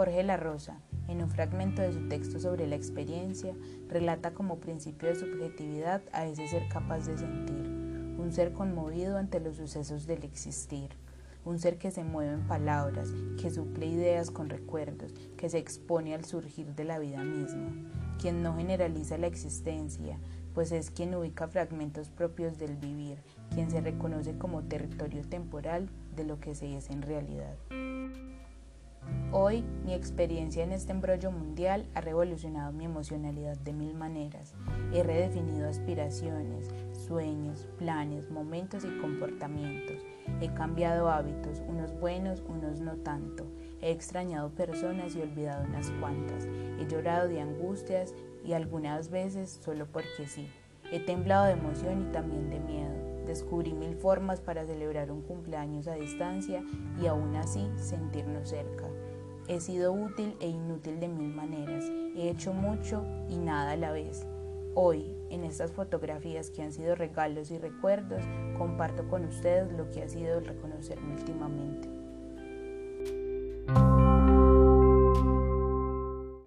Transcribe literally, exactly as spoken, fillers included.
Jorge La Rosa, en un fragmento de su texto sobre la experiencia, relata como principio de subjetividad a ese ser capaz de sentir, un ser conmovido ante los sucesos del existir, un ser que se mueve en palabras, que suple ideas con recuerdos, que se expone al surgir de la vida misma, quien no generaliza la existencia, pues es quien ubica fragmentos propios del vivir, quien se reconoce como territorio temporal de lo que se es en realidad. Hoy, mi experiencia en este embrollo mundial ha revolucionado mi emocionalidad de mil maneras. He redefinido aspiraciones, sueños, planes, momentos y comportamientos. He cambiado hábitos, unos buenos, unos no tanto. He extrañado personas y olvidado unas cuantas. He llorado de angustias y algunas veces solo porque sí. He temblado de emoción y también de miedo. Descubrí mil formas para celebrar un cumpleaños a distancia y aún así sentirnos cerca. He sido útil e inútil de mil maneras. He hecho mucho y nada a la vez. Hoy, en estas fotografías que han sido regalos y recuerdos, comparto con ustedes lo que ha sido el reconocerme últimamente.